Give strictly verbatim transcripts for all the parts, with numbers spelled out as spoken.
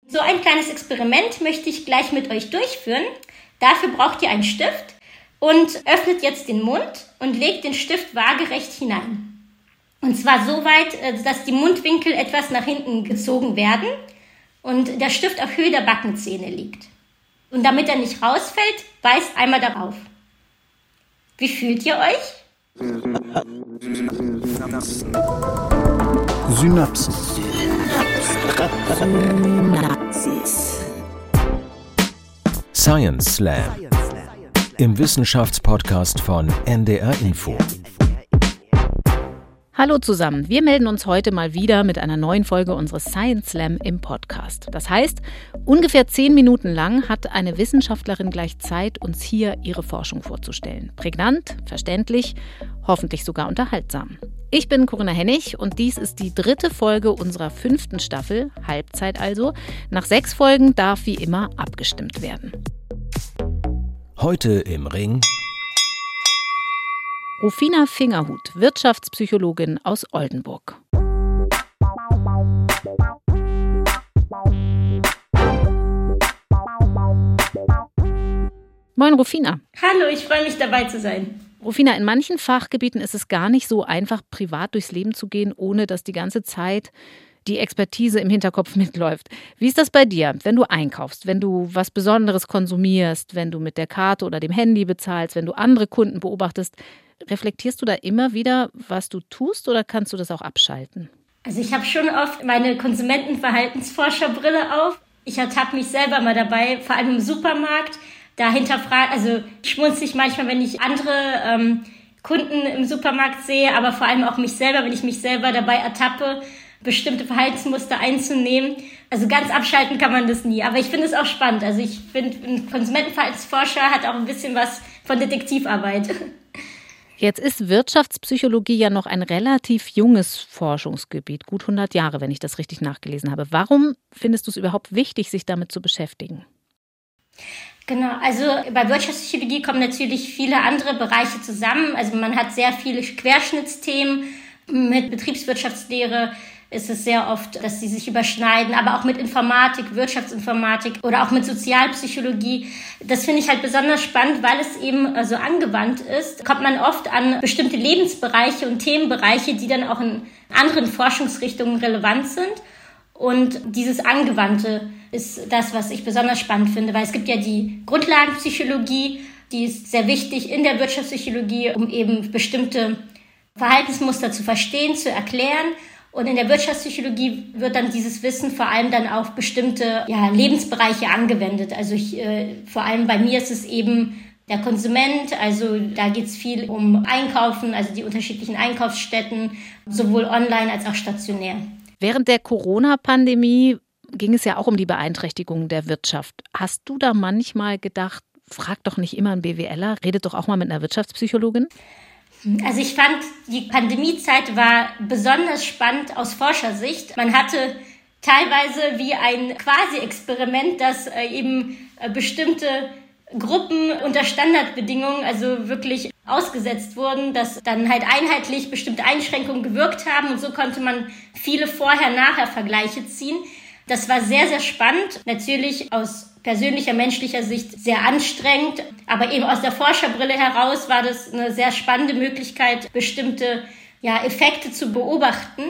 So ein kleines Experiment möchte ich gleich mit euch durchführen. Dafür braucht ihr einen Stift und öffnet jetzt den Mund und legt den Stift waagerecht hinein. Und zwar so weit, dass die Mundwinkel etwas nach hinten gezogen werden und der Stift auf Höhe der Backenzähne liegt. Und damit er nicht rausfällt, beißt einmal darauf. Wie fühlt ihr euch? Synapsen. Synapsis. Science Slam. Im Wissenschaftspodcast von N D R Info. Hallo zusammen, wir melden uns heute mal wieder mit einer neuen Folge unseres Science Slam im Podcast. Das heißt, ungefähr zehn Minuten lang hat eine Wissenschaftlerin gleich Zeit, uns hier ihre Forschung vorzustellen. Prägnant, verständlich, hoffentlich sogar unterhaltsam. Ich bin Corinna Hennig und dies ist die dritte Folge unserer fünften Staffel, Halbzeit also. Nach sechs Folgen darf wie immer abgestimmt werden. Heute im Ring Rufina Fingerhut, Wirtschaftspsychologin aus Oldenburg. Moin Rufina. Hallo, ich freue mich dabei zu sein. Rufina, in manchen Fachgebieten ist es gar nicht so einfach, privat durchs Leben zu gehen, ohne dass die ganze Zeit die Expertise im Hinterkopf mitläuft. Wie ist das bei dir, wenn du einkaufst, wenn du was Besonderes konsumierst, wenn du mit der Karte oder dem Handy bezahlst, wenn du andere Kunden beobachtest? Reflektierst du da immer wieder, was du tust, oder kannst du das auch abschalten? Also ich habe schon oft meine Konsumentenverhaltensforscherbrille auf. Ich ertappe mich selber mal dabei, vor allem im Supermarkt. Da hinterfrage, also schmunzle ich manchmal, wenn ich andere ähm, Kunden im Supermarkt sehe, aber vor allem auch mich selber, wenn ich mich selber dabei ertappe, bestimmte Verhaltensmuster einzunehmen. Also ganz abschalten kann man das nie. Aber ich finde es auch spannend. Also ich finde, ein Konsumentenverhaltensforscher hat auch ein bisschen was von Detektivarbeit. Jetzt ist Wirtschaftspsychologie ja noch ein relativ junges Forschungsgebiet, gut hundert Jahre, wenn ich das richtig nachgelesen habe. Warum findest du es überhaupt wichtig, sich damit zu beschäftigen? Genau, also bei Wirtschaftspsychologie kommen natürlich viele andere Bereiche zusammen. Also man hat sehr viele Querschnittsthemen. Mit Betriebswirtschaftslehre ist es sehr oft, dass sie sich überschneiden, aber auch mit Informatik, Wirtschaftsinformatik oder auch mit Sozialpsychologie. Das finde ich halt besonders spannend, weil es eben so angewandt ist. Kommt man oft an bestimmte Lebensbereiche und Themenbereiche, die dann auch in anderen Forschungsrichtungen relevant sind. Und dieses Angewandte ist das, was ich besonders spannend finde, weil es gibt ja die Grundlagenpsychologie, die ist sehr wichtig in der Wirtschaftspsychologie, um eben bestimmte Verhaltensmuster zu verstehen, zu erklären. Und in der Wirtschaftspsychologie wird dann dieses Wissen vor allem dann auf bestimmte ja, Lebensbereiche angewendet. Also ich, äh, vor allem bei mir ist es eben der Konsument. Also da geht es viel um Einkaufen, also die unterschiedlichen Einkaufsstätten, sowohl online als auch stationär. Während der Corona-Pandemie ging es ja auch um die Beeinträchtigung der Wirtschaft. Hast du da manchmal gedacht, frag doch nicht immer einen BWLer, redet doch auch mal mit einer Wirtschaftspsychologin? Also ich fand, die Pandemiezeit war besonders spannend aus Forschersicht. Man hatte teilweise wie ein Quasi-Experiment, dass äh, eben äh, bestimmte Gruppen unter Standardbedingungen, also wirklich ausgesetzt wurden, dass dann halt einheitlich bestimmte Einschränkungen gewirkt haben und so konnte man viele Vorher-Nachher-Vergleiche ziehen. Das war sehr, sehr spannend. Natürlich aus persönlicher, menschlicher Sicht sehr anstrengend, aber eben aus der Forscherbrille heraus war das eine sehr spannende Möglichkeit, bestimmte ja, Effekte zu beobachten.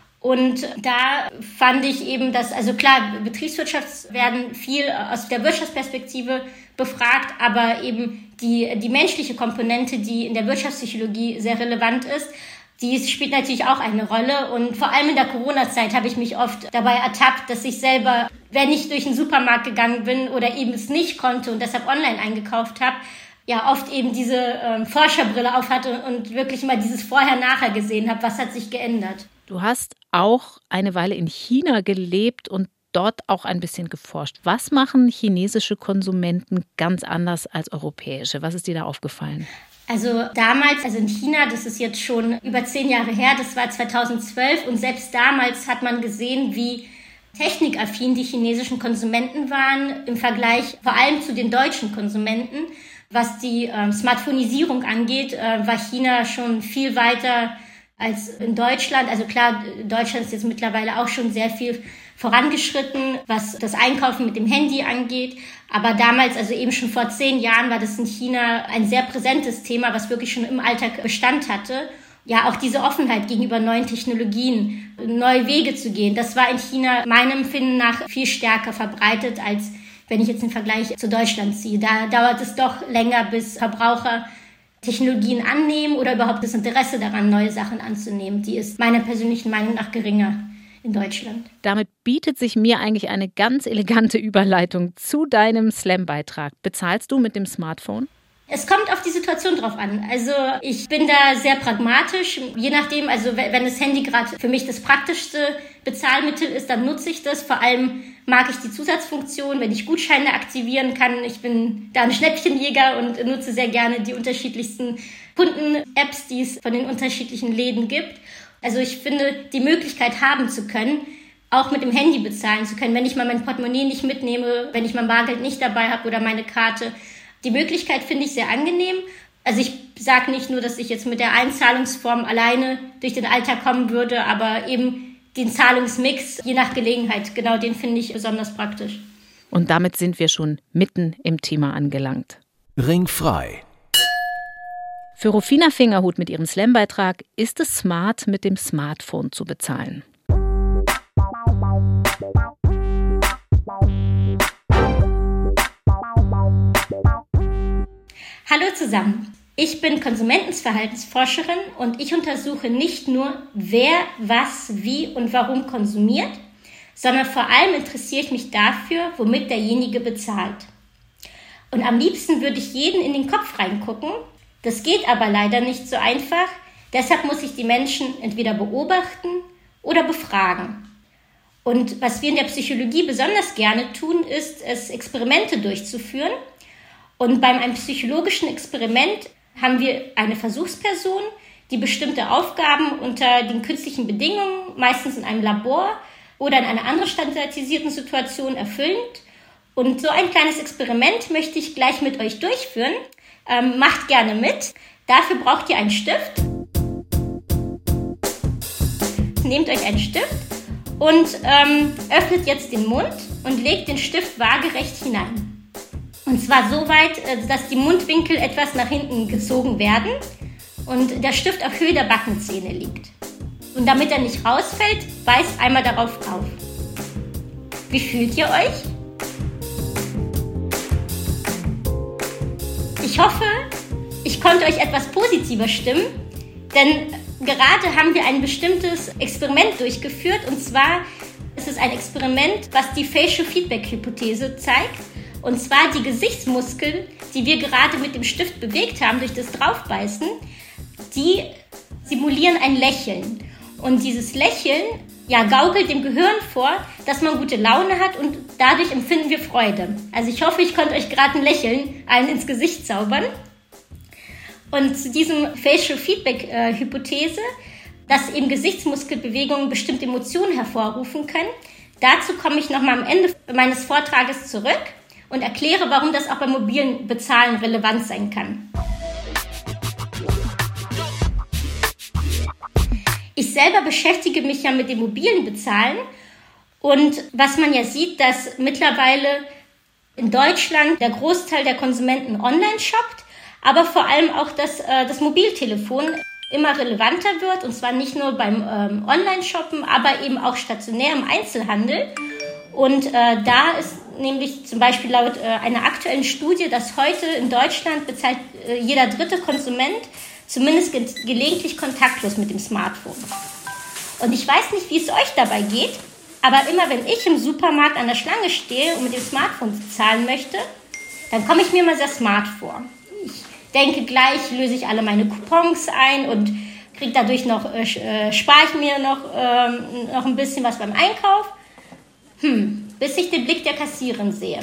Und da fand ich eben, dass, also klar, Betriebswirtschaft werden viel aus der Wirtschaftsperspektive befragt, aber eben die, die menschliche Komponente, die in der Wirtschaftspsychologie sehr relevant ist, die spielt natürlich auch eine Rolle. Und vor allem in der Corona-Zeit habe ich mich oft dabei ertappt, dass ich selber, wenn ich durch den Supermarkt gegangen bin oder eben es nicht konnte und deshalb online eingekauft habe, ja oft eben diese ähm, Forscherbrille auf hatte und wirklich mal dieses Vorher-Nachher gesehen habe, was hat sich geändert. Du hast auch eine Weile in China gelebt und dort auch ein bisschen geforscht. Was machen chinesische Konsumenten ganz anders als europäische? Was ist dir da aufgefallen? Also damals, also in China, das ist jetzt schon über zehn Jahre her, das war zweitausendzwölf und selbst damals hat man gesehen, wie technikaffin die chinesischen Konsumenten waren im Vergleich vor allem zu den deutschen Konsumenten. Was die äh, Smartphonisierung angeht, äh, war China schon viel weiter als in Deutschland. Also klar, Deutschland ist jetzt mittlerweile auch schon sehr viel vorangeschritten, was das Einkaufen mit dem Handy angeht. Aber damals, also eben schon vor zehn Jahren, war das in China ein sehr präsentes Thema, was wirklich schon im Alltag Bestand hatte. Ja, auch diese Offenheit gegenüber neuen Technologien, neue Wege zu gehen, das war in China meinem Empfinden nach viel stärker verbreitet, als wenn ich jetzt den Vergleich zu Deutschland ziehe. Da dauert es doch länger, bis Verbraucher Technologien annehmen oder überhaupt das Interesse daran, neue Sachen anzunehmen. Die ist meiner persönlichen Meinung nach geringer in Deutschland. Damit bietet sich mir eigentlich eine ganz elegante Überleitung zu deinem Slam-Beitrag. Bezahlst du mit dem Smartphone? Es kommt auf die Situation drauf an. Also ich bin da sehr pragmatisch. Je nachdem, also wenn das Handy gerade für mich das praktischste Bezahlmittel ist, dann nutze ich das. Vor allem mag ich die Zusatzfunktion, wenn ich Gutscheine aktivieren kann. Ich bin da ein Schnäppchenjäger und nutze sehr gerne die unterschiedlichsten Kunden-Apps, die es von den unterschiedlichen Läden gibt. Also ich finde, die Möglichkeit haben zu können, auch mit dem Handy bezahlen zu können, wenn ich mal mein Portemonnaie nicht mitnehme, wenn ich mein Bargeld nicht dabei habe oder meine Karte. Die Möglichkeit finde ich sehr angenehm. Also ich sage nicht nur, dass ich jetzt mit der Einzahlungsform alleine durch den Alltag kommen würde, aber eben den Zahlungsmix, je nach Gelegenheit, genau den finde ich besonders praktisch. Und damit sind wir schon mitten im Thema angelangt. Ringfrei. Für Rufina Fingerhut mit ihrem Slam-Beitrag ist es smart, mit dem Smartphone zu bezahlen. Hallo zusammen, ich bin Konsumentenverhaltensforscherin und ich untersuche nicht nur, wer, was, wie und warum konsumiert, sondern vor allem interessiere ich mich dafür, womit derjenige bezahlt. Und am liebsten würde ich jeden in den Kopf reingucken. Das geht aber leider nicht so einfach. Deshalb muss ich die Menschen entweder beobachten oder befragen. Und was wir in der Psychologie besonders gerne tun, ist es, Experimente durchzuführen. Und beim einem psychologischen Experiment haben wir eine Versuchsperson, die bestimmte Aufgaben unter den künstlichen Bedingungen, meistens in einem Labor oder in einer anderen standardisierten Situation erfüllt. Und so ein kleines Experiment möchte ich gleich mit euch durchführen. Ähm, macht gerne mit. Dafür braucht ihr einen Stift. Nehmt euch einen Stift und ähm, öffnet jetzt den Mund und legt den Stift waagerecht hinein. Und zwar so weit, dass die Mundwinkel etwas nach hinten gezogen werden und der Stift auf Höhe der Backenzähne liegt. Und damit er nicht rausfällt, beißt einmal darauf auf. Wie fühlt ihr euch? Ich hoffe, ich konnte euch etwas positiver stimmen, denn gerade haben wir ein bestimmtes Experiment durchgeführt. Und zwar ist es ein Experiment, was die Facial Feedback Hypothese zeigt. Und zwar die Gesichtsmuskeln, die wir gerade mit dem Stift bewegt haben durch das Draufbeißen, die simulieren ein Lächeln. Und dieses Lächeln ja, gaukelt dem Gehirn vor, dass man gute Laune hat und dadurch empfinden wir Freude. Also ich hoffe, ich konnte euch gerade ein Lächeln allen ins Gesicht zaubern. Und zu diesem Facial Feedback äh, Hypothese, dass eben Gesichtsmuskelbewegungen bestimmte Emotionen hervorrufen können, dazu komme ich nochmal am Ende meines Vortrages zurück und erkläre, warum das auch beim mobilen Bezahlen relevant sein kann. Ich selber beschäftige mich ja mit dem mobilen Bezahlen und was man ja sieht, dass mittlerweile in Deutschland der Großteil der Konsumenten online shoppt, aber vor allem auch, dass äh, das Mobiltelefon immer relevanter wird und zwar nicht nur beim ähm, Online-Shoppen, aber eben auch stationär im Einzelhandel. Und äh, da ist nämlich zum Beispiel laut äh, einer aktuellen Studie, dass heute in Deutschland bezahlt äh, jeder dritte Konsument zumindest ge- gelegentlich kontaktlos mit dem Smartphone. Und ich weiß nicht, wie es euch dabei geht, aber immer wenn ich im Supermarkt an der Schlange stehe und mit dem Smartphone zahlen möchte, dann komme ich mir immer sehr smart vor. Ich denke gleich, löse ich alle meine Coupons ein und kriege dadurch noch, äh, spare ich mir noch, äh, noch ein bisschen was beim Einkauf. Hm, bis ich den Blick der Kassiererin sehe.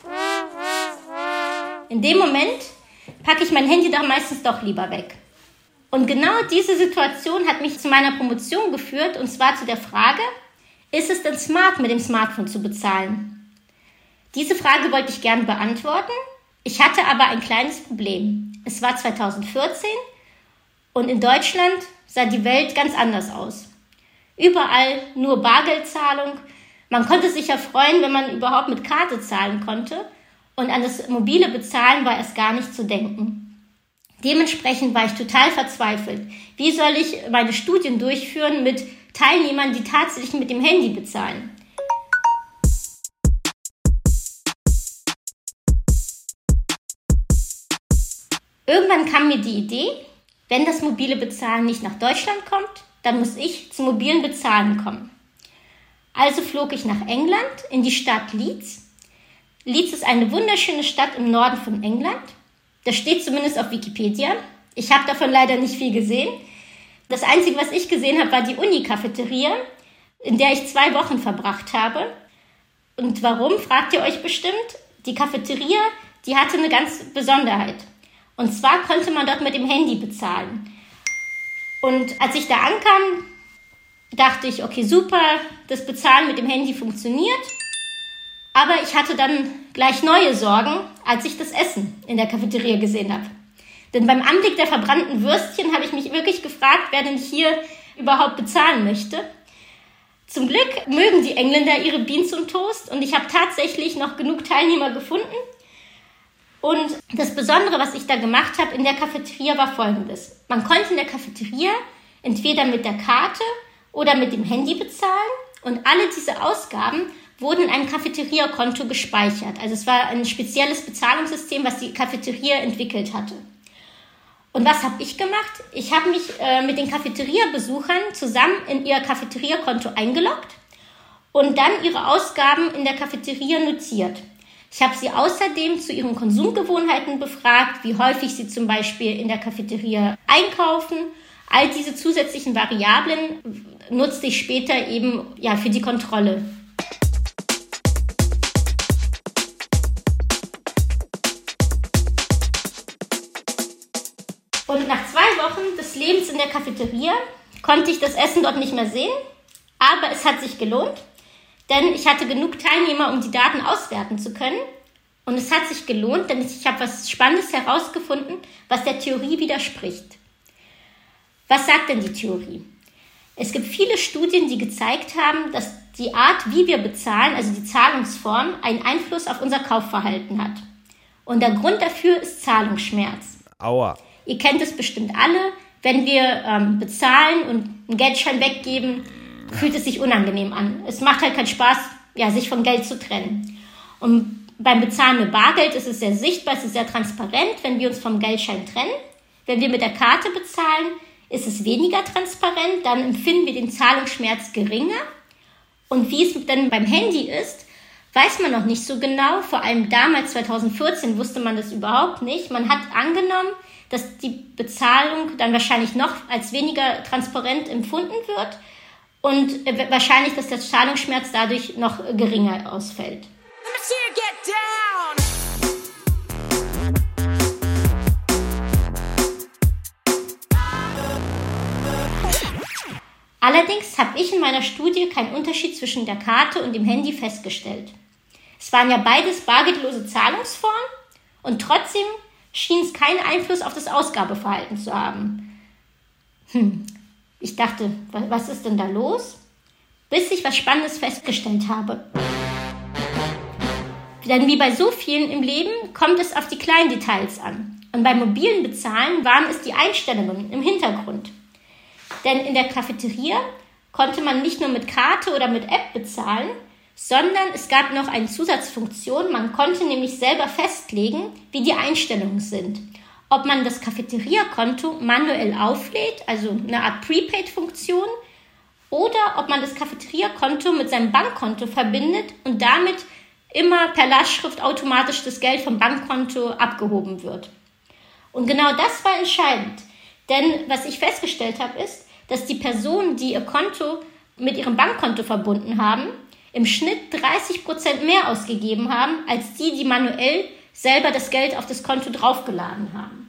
In dem Moment packe ich mein Handy dann meistens doch lieber weg. Und genau diese Situation hat mich zu meiner Promotion geführt, und zwar zu der Frage, ist es denn smart, mit dem Smartphone zu bezahlen? Diese Frage wollte ich gerne beantworten. Ich hatte aber ein kleines Problem. Es war zweitausendvierzehn und in Deutschland sah die Welt ganz anders aus. Überall nur Bargeldzahlung. Man konnte sich ja freuen, wenn man überhaupt mit Karte zahlen konnte. Und an das mobile Bezahlen war erst gar nicht zu denken. Dementsprechend war ich total verzweifelt. Wie soll ich meine Studien durchführen mit Teilnehmern, die tatsächlich mit dem Handy bezahlen? Irgendwann kam mir die Idee, wenn das mobile Bezahlen nicht nach Deutschland kommt, dann muss ich zum mobilen Bezahlen kommen. Also flog ich nach England, in die Stadt Leeds. Leeds ist eine wunderschöne Stadt im Norden von England. Das steht zumindest auf Wikipedia. Ich habe davon leider nicht viel gesehen. Das Einzige, was ich gesehen habe, war die Uni-Cafeteria, in der ich zwei Wochen verbracht habe. Und warum, fragt ihr euch bestimmt? Die Cafeteria, die hatte eine ganz Besonderheit. Und zwar konnte man dort mit dem Handy bezahlen. Und als ich da ankam, dachte ich, okay, super, das Bezahlen mit dem Handy funktioniert. Aber ich hatte dann gleich neue Sorgen, als ich das Essen in der Cafeteria gesehen habe. Denn beim Anblick der verbrannten Würstchen habe ich mich wirklich gefragt, wer denn hier überhaupt bezahlen möchte. Zum Glück mögen die Engländer ihre Beans und Toast und ich habe tatsächlich noch genug Teilnehmer gefunden. Und das Besondere, was ich da gemacht habe in der Cafeteria, war Folgendes. Man konnte in der Cafeteria entweder mit der Karte oder mit dem Handy bezahlen und alle diese Ausgaben wurden in einem Cafeteria-Konto gespeichert. Also es war ein spezielles Bezahlungssystem, was die Cafeteria entwickelt hatte. Und was habe ich gemacht? Ich habe mich äh, mit den Cafeteria-Besuchern zusammen in ihr Cafeteria-Konto eingeloggt und dann ihre Ausgaben in der Cafeteria notiert. Ich habe sie außerdem zu ihren Konsumgewohnheiten befragt, wie häufig sie zum Beispiel in der Cafeteria einkaufen. All diese zusätzlichen Variablen nutzte ich später eben ja, für die Kontrolle. Und nach zwei Wochen des Lebens in der Cafeteria konnte ich das Essen dort nicht mehr sehen, aber es hat sich gelohnt, denn ich hatte genug Teilnehmer, um die Daten auswerten zu können. Und es hat sich gelohnt, denn ich habe was Spannendes herausgefunden, was der Theorie widerspricht. Was sagt denn die Theorie? Es gibt viele Studien, die gezeigt haben, dass die Art, wie wir bezahlen, also die Zahlungsform, einen Einfluss auf unser Kaufverhalten hat. Und der Grund dafür ist Zahlungsschmerz. Aua. Ihr kennt es bestimmt alle, wenn wir ähm, bezahlen und einen Geldschein weggeben, fühlt es sich unangenehm an. Es macht halt keinen Spaß, ja, sich von Geld zu trennen. Und beim Bezahlen mit Bargeld ist es sehr sichtbar, es ist sehr transparent, wenn wir uns vom Geldschein trennen. Wenn wir mit der Karte bezahlen, ist es weniger transparent, dann empfinden wir den Zahlungsschmerz geringer. Und wie es dann beim Handy ist, weiß man noch nicht so genau. Vor allem damals, zwanzig vierzehn, wusste man das überhaupt nicht. Man hat angenommen, dass die Bezahlung dann wahrscheinlich noch als weniger transparent empfunden wird und wahrscheinlich, dass der Zahlungsschmerz dadurch noch geringer ausfällt. Allerdings habe ich in meiner Studie keinen Unterschied zwischen der Karte und dem Handy festgestellt. Es waren ja beides bargeldlose Zahlungsformen und trotzdem schien es keinen Einfluss auf das Ausgabeverhalten zu haben. Hm, ich dachte, was ist denn da los? Bis ich was Spannendes festgestellt habe. Denn wie bei so vielen im Leben kommt es auf die kleinen Details an. Und beim mobilen Bezahlen waren es die Einstellungen im Hintergrund. Denn in der Cafeteria konnte man nicht nur mit Karte oder mit App bezahlen, sondern es gab noch eine Zusatzfunktion. Man konnte nämlich selber festlegen, wie die Einstellungen sind. Ob man das Cafeteria-Konto manuell auflädt, also eine Art Prepaid-Funktion, oder ob man das Cafeteria-Konto mit seinem Bankkonto verbindet und damit immer per Lastschrift automatisch das Geld vom Bankkonto abgehoben wird. Und genau das war entscheidend. Denn was ich festgestellt habe, ist, dass die Personen, die ihr Konto mit ihrem Bankkonto verbunden haben, im Schnitt dreißig Prozent mehr ausgegeben haben, als die, die manuell selber das Geld auf das Konto draufgeladen haben.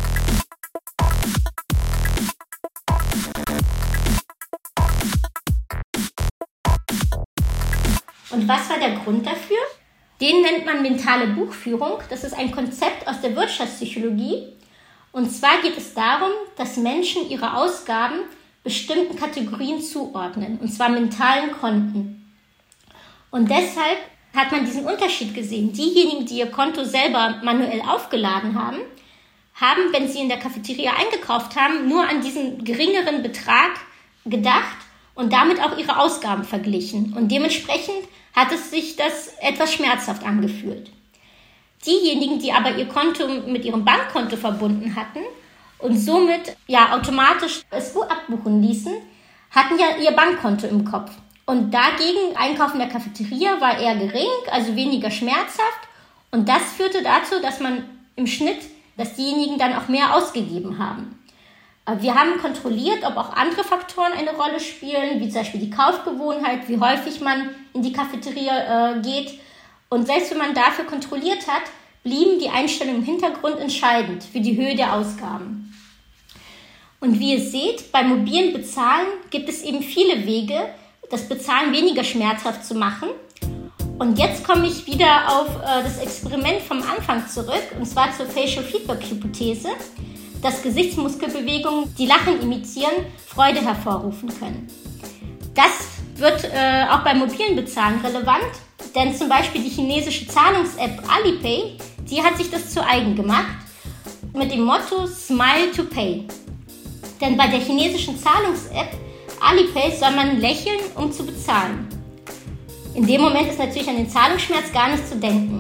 Und was war der Grund dafür? Den nennt man mentale Buchführung. Das ist ein Konzept aus der Wirtschaftspsychologie. Und zwar geht es darum, dass Menschen ihre Ausgaben bestimmten Kategorien zuordnen, und zwar mentalen Konten. Und deshalb hat man diesen Unterschied gesehen. Diejenigen, die ihr Konto selber manuell aufgeladen haben, haben, wenn sie in der Cafeteria eingekauft haben, nur an diesen geringeren Betrag gedacht und damit auch ihre Ausgaben verglichen. Und dementsprechend hat es sich das etwas schmerzhaft angefühlt. Diejenigen, die aber ihr Konto mit ihrem Bankkonto verbunden hatten und somit ja automatisch es abbuchen ließen, hatten ja ihr Bankkonto im Kopf. Und dagegen, Einkaufen in der Cafeteria war eher gering, also weniger schmerzhaft. Und das führte dazu, dass man im Schnitt, dass diejenigen dann auch mehr ausgegeben haben. Wir haben kontrolliert, ob auch andere Faktoren eine Rolle spielen, wie zum Beispiel die Kaufgewohnheit, wie häufig man in die Cafeteria äh, geht. Und selbst wenn man dafür kontrolliert hat, blieben die Einstellungen im Hintergrund entscheidend für die Höhe der Ausgaben. Und wie ihr seht, beim mobilen Bezahlen gibt es eben viele Wege, das Bezahlen weniger schmerzhaft zu machen. Und jetzt komme ich wieder auf äh, das Experiment vom Anfang zurück, und zwar zur Facial Feedback Hypothese, dass Gesichtsmuskelbewegungen, die Lachen imitieren, Freude hervorrufen können. Das wird äh, auch beim mobilen Bezahlen relevant, denn zum Beispiel die chinesische Zahlungs-App Alipay, die hat sich das zu eigen gemacht mit dem Motto Smile to Pay. Denn bei der chinesischen Zahlungs-App Alipay soll man lächeln, um zu bezahlen. In dem Moment ist natürlich an den Zahlungsschmerz gar nicht zu denken.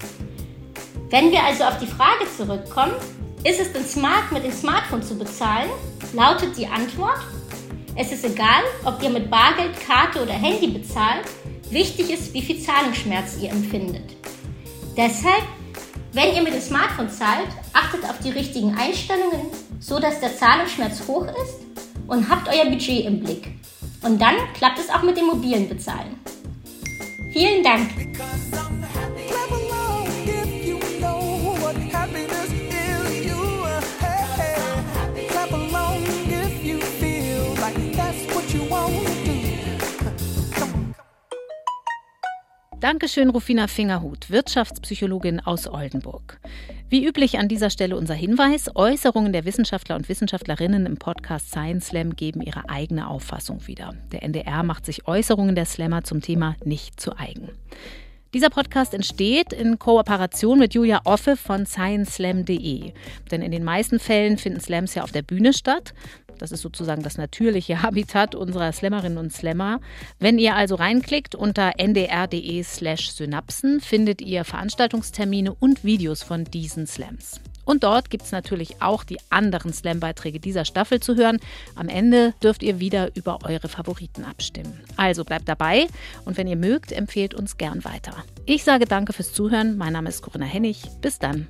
Wenn wir also auf die Frage zurückkommen, ist es denn smart, mit dem Smartphone zu bezahlen, lautet die Antwort: Es ist egal, ob ihr mit Bargeld, Karte oder Handy bezahlt, wichtig ist, wie viel Zahlungsschmerz ihr empfindet. Deshalb, wenn ihr mit dem Smartphone zahlt, achtet auf die richtigen Einstellungen, so dass der Zahlungsschmerz hoch ist, und habt euer Budget im Blick. Und dann klappt es auch mit dem mobilen Bezahlen. Vielen Dank. Dankeschön, Rufina Fingerhut, Wirtschaftspsychologin aus Oldenburg. Wie üblich an dieser Stelle unser Hinweis: Äußerungen der Wissenschaftler und Wissenschaftlerinnen im Podcast Science Slam geben ihre eigene Auffassung wieder. Der N D R macht sich Äußerungen der Slammer zum Thema nicht zu eigen. Dieser Podcast entsteht in Kooperation mit Julia Offe von science slam punkt de. Denn in den meisten Fällen finden Slams ja auf der Bühne statt. Das ist sozusagen das natürliche Habitat unserer Slammerinnen und Slammer. Wenn ihr also reinklickt unter ndr.de slash synapsen, findet ihr Veranstaltungstermine und Videos von diesen Slams. Und dort gibt es natürlich auch die anderen Slam-Beiträge dieser Staffel zu hören. Am Ende dürft ihr wieder über eure Favoriten abstimmen. Also bleibt dabei und wenn ihr mögt, empfehlt uns gern weiter. Ich sage danke fürs Zuhören. Mein Name ist Corinna Hennig. Bis dann.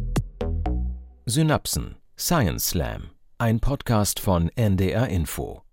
Synapsen, Science Slam, ein Podcast von N D R Info.